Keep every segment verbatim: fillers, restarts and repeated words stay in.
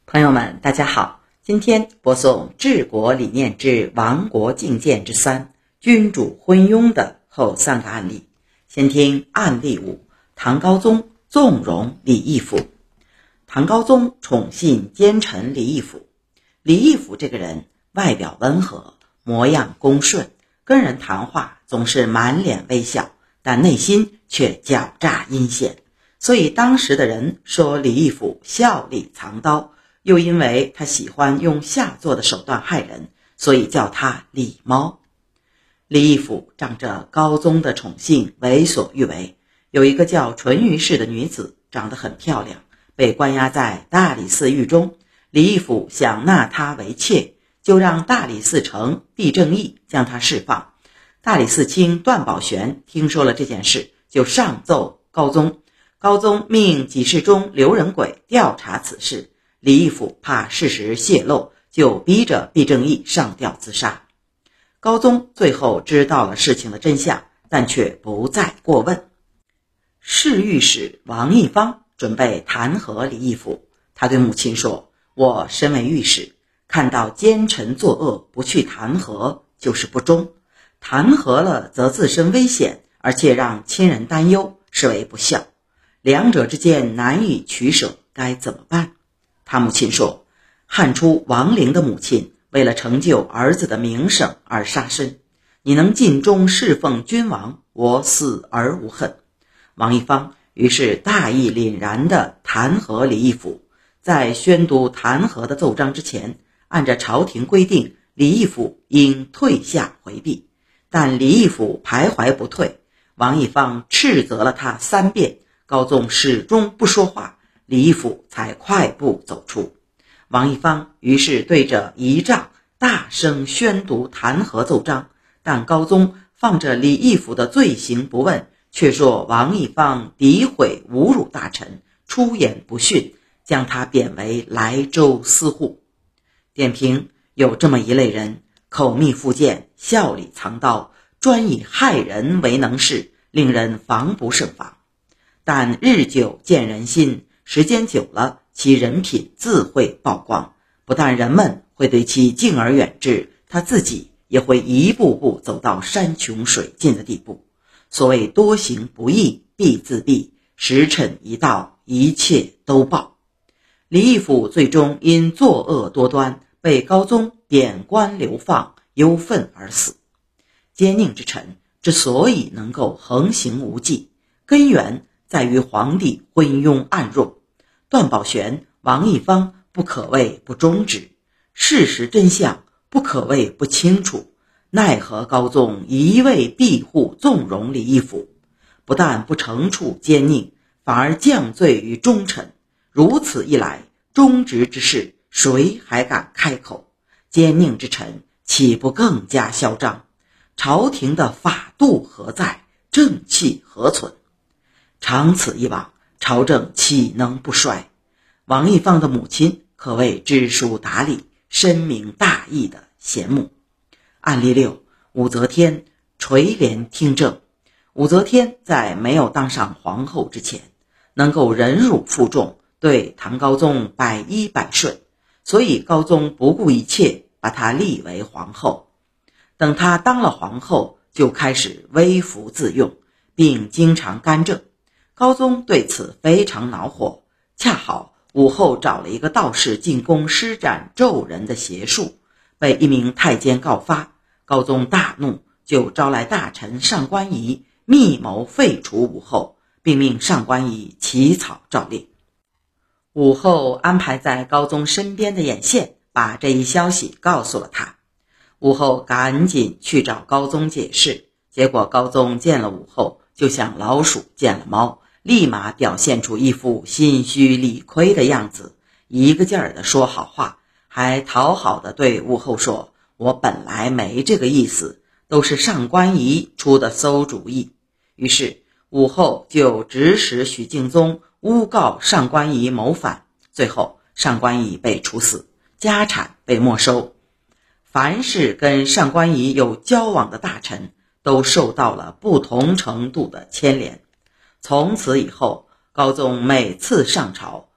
朋友们大家好，今天播送治国理念之亡国敬谏之三，君主昏庸的后三个案例。先听案例五，唐高宗纵容李义府。唐高宗宠信奸臣李义府。李义府这个人外表温和，模样恭顺，跟人谈话总是满脸微笑，但内心却狡诈阴险，所以当时的人说李义府笑里藏刀，又因为他喜欢用下作的手段害人，所以叫他李猫。李义府仗着高宗的宠幸为所欲为，有一个叫淳于氏的女子长得很漂亮，被关押在大理寺狱中。李义府想纳她为妾，就让大理寺丞毕正义将她释放。大理寺卿段宝玄听说了这件事，就上奏高宗。高宗命给事中刘仁轨调查此事。李义府怕事实泄露，就逼着毕正义上吊自杀。高宗最后知道了事情的真相，但却不再过问。侍御史王义方准备弹劾李义府，他对母亲说，我身为御史，看到奸臣作恶不去弹劾就是不忠，弹劾了则自身危险，而且让亲人担忧，视为不孝，两者之间难以取舍，该怎么办？他母亲说，汉初王陵的母亲为了成就儿子的名声而杀身，你能尽忠侍奉君王，我死而无恨。王义方于是大义凛然地弹劾李义府，在宣读弹劾的奏章之前，按照朝廷规定，李义府应退下回避，但李义府徘徊不退，王义方斥责了他三遍，高宗始终不说话，李义府才快步走出。王义方于是对着仪仗大声宣读弹劾奏章，但高宗放着李义府的罪行不问，却说王义方诋毁侮辱大臣，出言不逊，将他贬为莱州司户。点评：有这么一类人，口蜜腹剑，笑里藏刀，专以害人为能事，令人防不胜防。但日久见人心，时间久了，其人品自会曝光，不但人们会对其敬而远之，他自己也会一步步走到山穷水尽的地步。所谓多行不义必自毙，时辰一到，一切都报。李义府最终因作恶多端，被高宗贬官流放，忧愤而死。奸佞之臣之所以能够横行无忌，根源在于皇帝昏庸暗弱。段宝玄、王义方不可谓不忠直，事实真相不可谓不清楚，奈何高宗一味庇护纵容李义府，不但不惩处奸佞，反而降罪于忠臣。如此一来，忠直之士谁还敢开口？奸佞之臣岂不更加嚣张？朝廷的法度何在？正气何存？长此以往，朝政岂能不衰？王义方的母亲可谓知书达理、深明大义的贤母。案例六，武则天垂帘听政。武则天在没有当上皇后之前，能够忍辱负重，对唐高宗百依百顺，所以高宗不顾一切把她立为皇后。等她当了皇后，就开始微服自用，并经常干政。高宗对此非常恼火，恰好武后找了一个道士进宫施展咒人的邪术，被一名太监告发。高宗大怒，就招来大臣上官仪密谋废除武后，并命上官仪起草诏令。武后安排在高宗身边的眼线把这一消息告诉了他。武后赶紧去找高宗解释，结果高宗见了武后，就像老鼠见了猫，立马表现出一副心虚理亏的样子，一个劲儿地说好话，还讨好地对武后说，我本来没这个意思，都是上官仪出的馊主意。于是武后就指使许敬宗诬告上官仪谋反，最后上官仪被处死，家产被没收。凡是跟上官仪有交往的大臣，都受到了不同程度的牵连。从此以后，高宗每次上朝，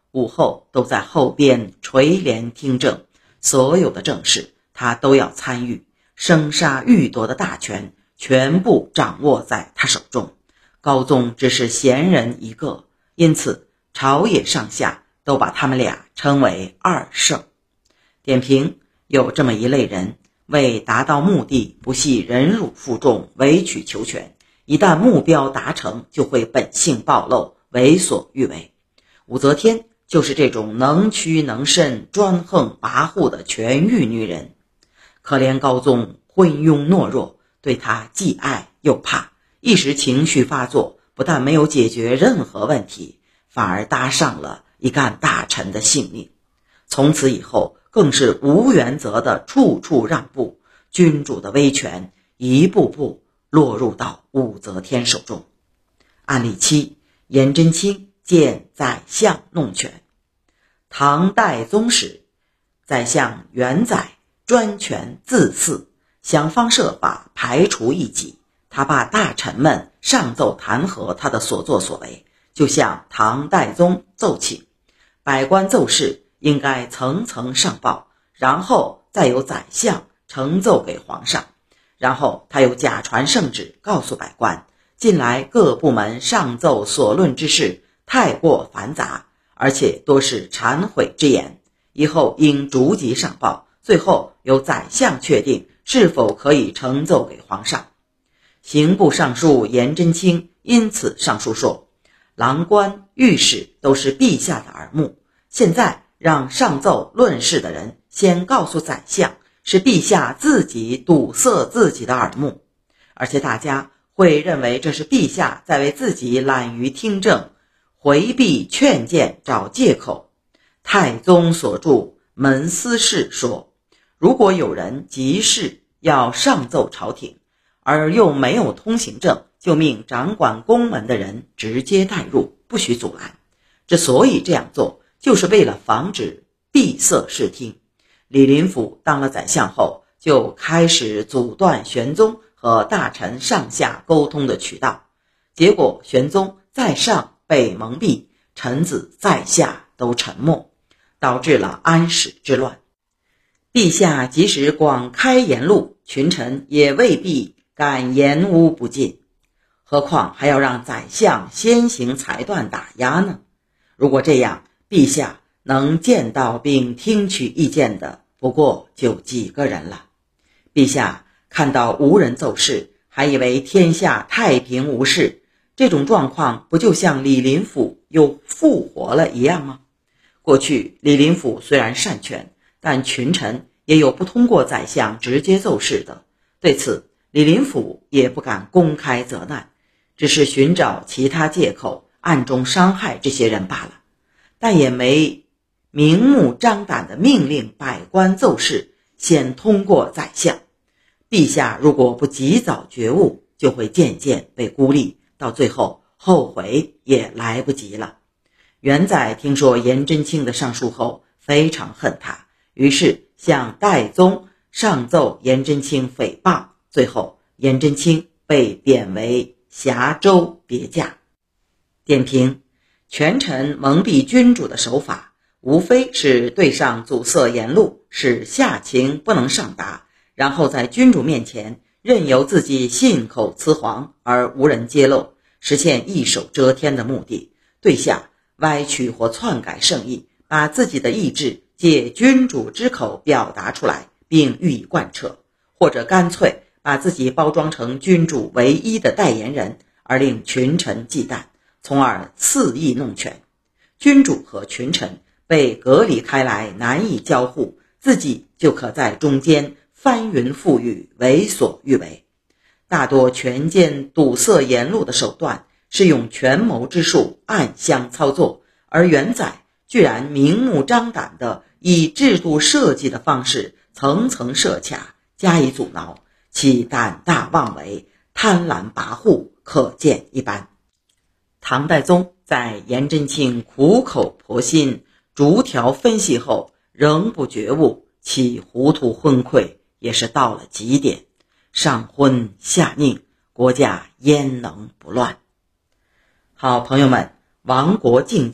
武后都在后边垂帘听政，所有的政事他都要参与，生杀予夺的大权全部掌握在他手中。高宗只是闲人一个，因此朝野上下都把他们俩称为二圣。点评：有这么一类人，为达到目的不惜忍辱负重，委曲求全，一旦目标达成就会本性暴露，为所欲为。武则天就是这种能屈能伸、专横跋扈的权欲女人。可怜高宗昏庸懦弱，对她既爱又怕，一时情绪发作，不但没有解决任何问题，反而搭上了一干大臣的性命。从此以后更是无原则的处处让步，君主的威权一步步落入到武则天手中。案例七：颜真卿见宰相弄权。唐代宗时，宰相元载专权自肆，想方设法排除异己。他怕大臣们上奏弹劾他的所作所为，就向唐代宗奏请，百官奏事应该层层上报，然后再由宰相呈奏给皇上。然后他又假传圣旨，告诉百官，近来各部门上奏所论之事太过繁杂，而且多是忏悔之言，以后应逐级上报，最后由宰相确定是否可以呈奏给皇上。刑部尚书颜真卿因此上书说，郎官御史都是陛下的耳目，现在让上奏论事的人先告诉宰相，是陛下自己堵塞自己的耳目，而且大家会认为这是陛下在为自己懒于听政、回避劝谏找借口。太宗所著《门司事》说，如果有人急事要上奏朝廷，而又没有通行证，就命掌管宫门的人直接带入，不许阻拦。之所以这样做，就是为了防止闭塞视听。李林甫当了宰相后，就开始阻断玄宗和大臣上下沟通的渠道，结果玄宗在上被蒙蔽，臣子在下都沉默，导致了安史之乱。陛下即使广开言路，群臣也未必敢言无不尽，何况还要让宰相先行裁断打压呢？如果这样，陛下能见到并听取意见的不过就几个人了。陛下看到无人奏事，还以为天下太平无事，这种状况不就像李林甫又复活了一样吗？过去李林甫虽然擅权，但群臣也有不通过宰相直接奏事的，对此李林甫也不敢公开责难，只是寻找其他借口暗中伤害这些人罢了，但也没明目张胆地命令百官奏事先通过宰相。陛下如果不及早觉悟，就会渐渐被孤立，到最后后悔也来不及了。元载听说颜真卿的上书后非常恨他，于是向代宗上奏颜真卿诽谤，最后颜真卿被贬为峡州别驾。点评：权臣蒙蔽君主的手法，无非是对上阻塞言路，使下情不能上达，然后在君主面前任由自己信口雌黄而无人揭露，实现一手遮天的目的。对下歪曲或篡改圣意，把自己的意志借君主之口表达出来并予以贯彻，或者干脆把自己包装成君主唯一的代言人，而令群臣忌惮，从而肆意弄权。君主和群臣被隔离开来，难以交互，自己就可在中间翻云覆雨，为所欲为。大多权奸堵塞言路的手段是用权谋之术暗箱操作，而元载居然明目张胆地以制度设计的方式层层设卡加以阻挠，其胆大妄为、贪婪跋扈可见一斑。唐代宗在颜真卿苦口婆心逐条分析后仍不觉悟，其糊涂昏聩也是到了极点，上昏下佞，国家焉能不乱？好朋友们，亡国敬谏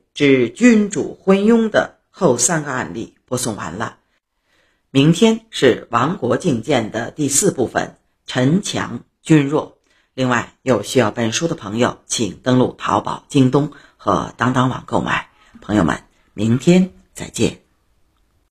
至君主昏庸的后三个案例播送完了。明天是亡国敬谏的第四部分，臣强君弱。另外有需要本书的朋友，请登录淘宝、京东和当当网购买。朋友们，明天再见。